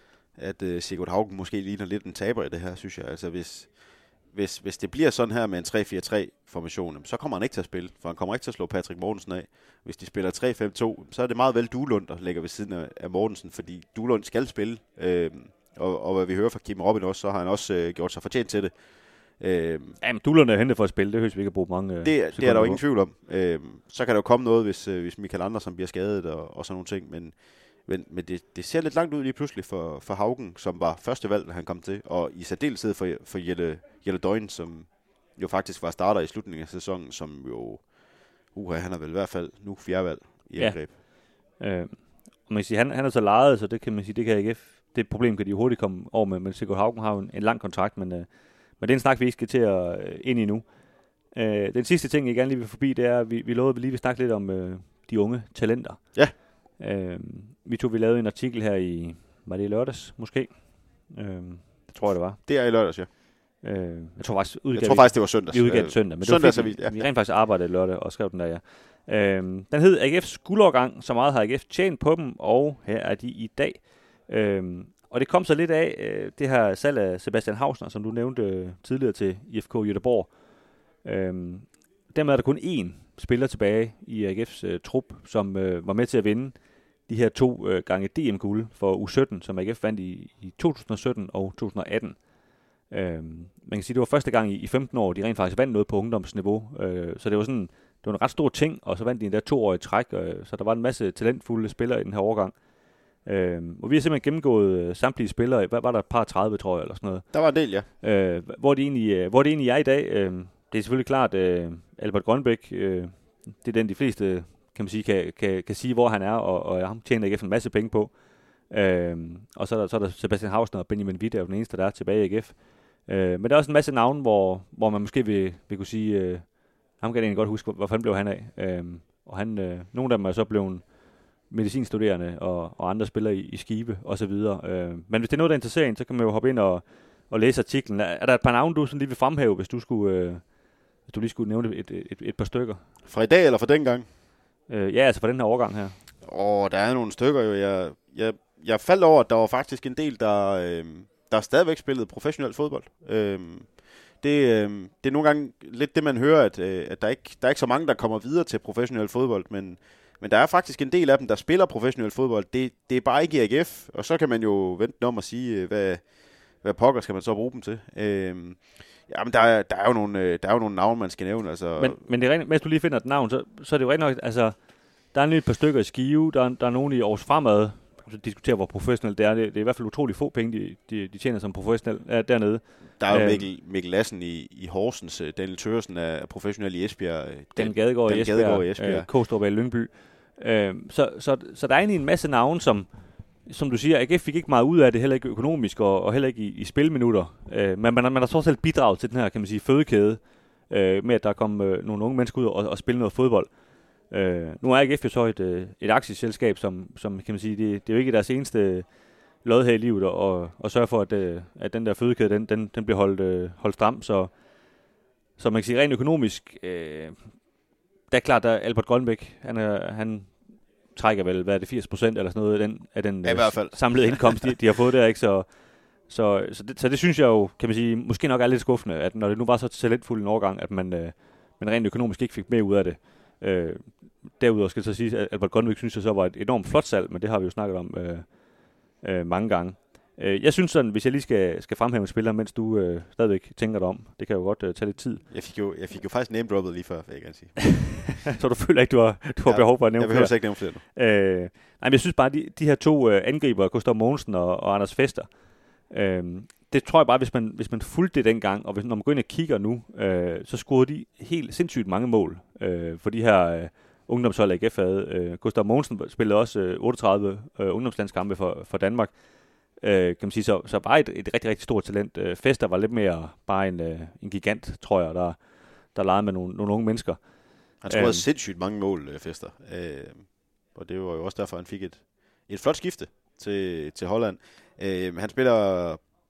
at uh, Sigurd Haugen måske ligner lidt en taber i det her, synes jeg. Altså hvis, hvis, hvis det bliver sådan her med en tre fire tre formation, så kommer han ikke til at spille, for han kommer ikke til at slå Patrick Mortensen af. Hvis de spiller tre fem to, så er det meget vel Duelund, der ligger ved siden af, af Mortensen, fordi Duelund skal spille. Øh, og, og hvad vi hører fra Kim Robin også, så har han også øh, gjort sig fortjent til det. Øh, Jamen, Duelund er hentet for at spille, det høres vi ikke at bruge mange øh, det, det er der jo ingen tvivl om. Øh, så kan der jo komme noget, hvis, øh, hvis Michael Andersen bliver skadet og, og sådan nogle ting, men Men, men det, det ser lidt langt ud lige pludselig for, for Haugen, som var første valg, da han kom til. Og i særdeleshed for, for Jelle, Jelle Døgn, som jo faktisk var starter i slutningen af sæsonen, som jo, uha, han er vel i hvert fald nu fjerde valg i angreb. Ja. Øh, man kan sige, han, han er så lejet, så det kan man sige, det kan A G F, det problem kan de hurtigt komme over med, men Sigurd Haugen har jo en, en lang kontrakt, men, øh, men det er en snak, vi ikke skal til at øh, ind i nu. Øh, den sidste ting, jeg gerne lige vil forbi, det er, at vi, vi lovede, at vi lige vil snakke lidt om øh, de unge talenter. Ja. Øh, vi tog, vi lavede en artikel her i, var det i lørdags måske? Øh, det tror jeg, det var. Det er i lørdags, ja. Øh, jeg tror faktisk, udgav jeg tror faktisk det var søndags. Vi udgav det søndag, men søndags, det var fint, vi, ja. vi rent faktisk arbejdede lørdag og skrev den der, ja. Øh, den hed A G F's guldårgang, så meget har A G F tjent på dem, og her er de i dag. Øh, og det kom så lidt af øh, det her salg af Sebastian Hausner, som du nævnte øh, tidligere til I F K Göteborg. Øh, dermed er der kun én spiller tilbage i A G F's øh, trup, som øh, var med til at vinde de her to øh, gange D M-guld for U sytten, som A G F vandt i, i to tusind og sytten og to tusind og atten. Øhm, man kan sige, det var første gang i, i femten år, de rent faktisk vandt noget på ungdomsniveau. Øh, så det var sådan, det var en ret stor ting, og så vandt de en der toårige træk, øh, så der var en masse talentfulde spillere i den her årgang. Øh, og vi har simpelthen gennemgået øh, samtlige spillere, hvad var der, et par tredive, tror jeg, eller sådan noget. Der var en del, ja. Øh, hvor, det egentlig, øh, hvor det egentlig er i dag, øh, det er selvfølgelig klart, øh, Albert Grønbæk, øh, det er den de fleste, kan man sige, kan, kan, kan sige, hvor han er, og, og ham tjener A G F en masse penge på. Øhm, og så er, der, så er der Sebastian Hausner og Benjamin Witt er jo den eneste, der er tilbage i A G F. Øh, men der er også en masse navne, hvor, hvor man måske vil, vil kunne sige, øh, ham kan jeg egentlig godt huske, hvor fanden blev han af. Øhm, og han, øh, nogle af dem er så blevet medicinstuderende, og, og andre spiller i, i Skive, og så videre. Øh, men hvis det er noget, der interesserer en, så kan man jo hoppe ind og, og læse artiklen. Er, er der et par navne, du sådan lige vil fremhæve, hvis du, skulle, øh, hvis du lige skulle nævne et, et, et, et par stykker? Fra i dag eller fra dengang? Øh, ja, altså fra den her årgang her. Åh, der er nogle stykker jo. Jeg, jeg, jeg faldt over, at der var faktisk en del, der, øh, der stadigvæk spillede professionel fodbold. Øh, det, øh, det er nogle gange lidt det, man hører, at, øh, at der, ikke, der er ikke så mange, der kommer videre til professionel fodbold, men, men der er faktisk en del af dem, der spiller professionel fodbold. Det, det er bare ikke i A G F, og så kan man jo vente om at sige, hvad, hvad pokker skal man så bruge dem til. Øh, Ja, men der er, der er jo nogle, der er jo nogle navne, man skal nævne. Altså. Men, men det er rent, mens du lige finder et navn, så, så er det jo rent nok, altså, der er lige et par stykker i Skive, der, der er nogle i Aarhus Fremad, så diskuterer, hvor professionelt det er. Det, det er i hvert fald utrolig få penge, de, de, de tjener som professionel ja, dernede. Der er jo Mikkel, Mikkel Lassen i, i Horsens, Daniel Thørsen er professionel i Esbjerg. Dan Gadegaard i Esbjerg, i Esbjerg. Øh, Kostrup i Lyngby. Øh, så, så, så der er egentlig en masse navne, som, som du siger, A G F fik ikke meget ud af det, heller ikke økonomisk, og, og heller ikke i, i spilminutter. Øh, men man, man har så selv bidraget til den her, kan man sige, fødekæde, øh, med at der kom øh, nogle unge mennesker ud og, og spille noget fodbold. Øh, nu er A G F jo så et, øh, et aktieselskab, som, som kan man sige, det, det er jo ikke deres eneste lod her i livet, og, og sørge for, at, øh, at den der fødekæde, den, den, den bliver holdt, øh, holdt stram. Så, så man kan sige, rent økonomisk, øh, der er klart, at Albert Grønbæk, han, er, han trækker vel, hvad er det, firs procent eller sådan noget af den, af den ja, i hvert fald. samlede indkomst, de, de har fået der, ikke? Så, Så, så, det, så det synes jeg jo, kan man sige, måske nok er lidt skuffende, at når det nu var så talentfuld en overgang, at man, øh, man rent økonomisk ikke fik mere ud af det. Øh, derudover skal jeg så sige, at Albert Grønvik synes jeg så var et enormt flot salg, men det har vi jo snakket om øh, øh, mange gange. Øh, jeg synes sådan, hvis jeg lige skal, skal fremhæve en spiller, mens du øh, stadigvæk tænker dig om, det kan jo godt øh, tage lidt tid. Jeg fik jo, jeg fik jo faktisk name-droppet lige før, vil jeg gerne sige. Så du føler ikke, du har, du har ja, behov for at nævne jeg behøver ikke nævne flere nu. Øh, nej, men jeg synes bare, de, de her to øh, angriber, Gustav Mogensen og, og Anders Fester, øh, det tror jeg bare, hvis man, hvis man fulgte det dengang, og hvis, når man går ind og kigger nu, øh, så scorede de helt sindssygt mange mål øh, for de her øh, ungdomshold, A G F havde. Øh, Gustav Mogensen spillede også øh, otteogtredive øh, ungdomslandskampe for, for Danmark. Øh, kan man sige, så, så bare et, et rigtig, rigtig stort talent. Øh, Fester var lidt mere bare en, øh, en gigant, tror jeg, der, der legede med nogle, nogle unge mennesker. Han scorede øh, sindssygt mange mål, øh, Fester. Øh, og det var jo også derfor, han fik et, et flot skifte til, til Holland. Øh, han spiller...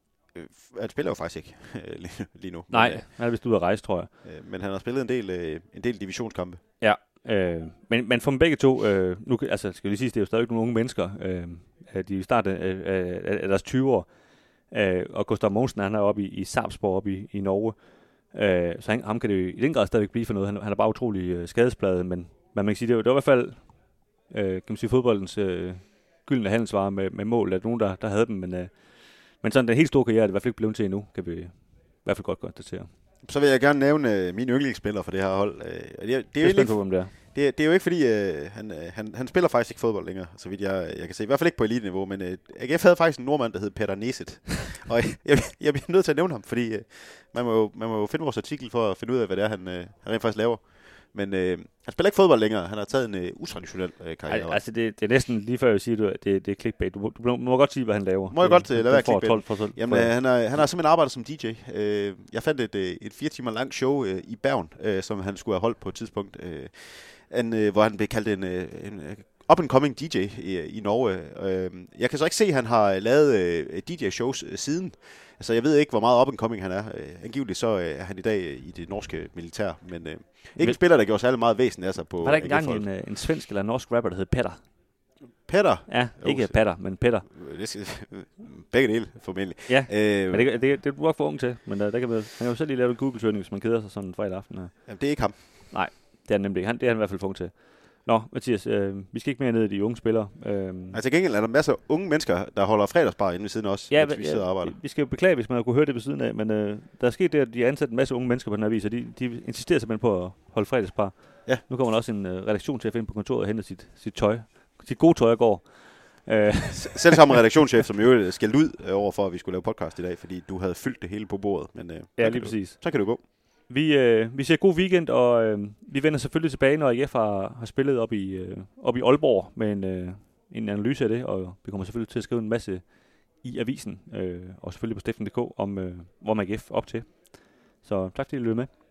Han spiller jo faktisk ikke lige, lige nu. Nej, men, han er vist ude at rejse, tror jeg. Øh, men han har spillet en del, øh, en del divisionskampe. Ja, øh, men, men for dem begge to, øh, nu altså, skal vi lige sige, det er jo stadig nogle unge mennesker. Øh, de er i starten af, af, af deres tyve år. Øh, og Gustav Mogensen, han er oppe i, i Sarpsborg oppe i, i Norge. Øh, så han, ham kan det jo i den grad stadigvæk blive for noget. Han, han er bare utrolig øh, skadespladet, men man kan sige, det var, det var i hvert fald øh, kan man sige, fodboldens øh, gyldne handelsvare med, med mål. Der er nogen, der, der havde dem, men... Øh, Men sådan den helt store karriere er det i hvert fald ikke blevet til endnu, kan vi i hvert fald godt konstatere. Så vil jeg gerne nævne mine yndlingsspillere for det her hold. Det er, det er, det er, spændt på, hvem det er. Det er, det er jo ikke fordi, uh, han, han, han spiller faktisk ikke fodbold længere, så vidt jeg, jeg kan se. I hvert fald ikke på elite-niveau, men uh, A G F havde faktisk en nordmand, der hed Peter Neset. Og jeg, jeg bliver nødt til at nævne ham, fordi uh, man, må jo, man må jo finde vores artikel for at finde ud af, hvad det er, han, uh, han rent faktisk laver. Men øh, han spiller ikke fodbold længere. Han har taget en øh, utraditionel øh, karriere. Ej, altså, det, det er næsten lige før jeg vil sige, at det, det er clickbait. Du, du, du må godt sige, hvad han laver. Må jeg det, godt uh, lade være clickbait? For, for, Jamen, øh, han, har, han har simpelthen arbejdet som D J. Øh, jeg fandt et, øh, et fire timer langt show øh, i Bergen, øh, som han skulle have holdt på et tidspunkt, øh, en, øh, hvor han blev kaldt en... Øh, en up-and-coming D J i, i Norge. Øh, jeg kan så ikke se, at han har lavet øh, D J-shows øh, siden. Altså, jeg ved ikke, hvor meget up-and-coming han er. Øh, angiveligt så øh, er han i dag øh, i det norske militær, men øh, ikke men, en spiller, der gjorde særlig meget væsen af sig på... Var der ikke engang en, en svensk eller en norsk rapper, der hed Petter? Petter? Ja, ikke jo, Petter, men Petter. Det skal, begge dele, formentlig. Ja, øh, men det, det, det, det er du nok for ung til, men der, der kan man, man kan jo selv lige lave et Google-søgning, hvis man keder sig sådan en fredag aften. Her. Jamen, det er ikke ham. Nej, det er han nemlig ikke. Han, det er han i hvert fald for ung til. Nå, Mathias, øh, vi skal ikke mere ned i de unge spillere. Øh, altså gengæld er der masser af unge mennesker, der holder fredagsbar inde ved siden af os, ja, mens vi sidder og arbejder. Vi skal jo beklage, hvis man har kunne høre det ved siden af, men øh, der er sket det, at de har ansat en masse unge mennesker på den her vis, og de, de insisterer simpelthen på at holde fredagsbar. Ja. Nu kommer der også en øh, redaktionschef ind på kontoret og henter sit, sit tøj. Sit gode tøj i går. Øh. Selv samme redaktionschef, som jo skældte ud øh, over for, at vi skulle lave podcast i dag, fordi du havde fyldt det hele på bordet. Men, øh, ja, lige præcis. Du, så kan det gå. Vi, øh, vi siger god weekend, og øh, vi vender selvfølgelig tilbage, når A G F har, har spillet op i, øh, op i Aalborg med en, øh, en analyse af det, og vi kommer selvfølgelig til at skrive en masse i avisen, øh, og selvfølgelig på Steffen punktum d k om, øh, hvor man A G F op til. Så tak fordi I lyttede med.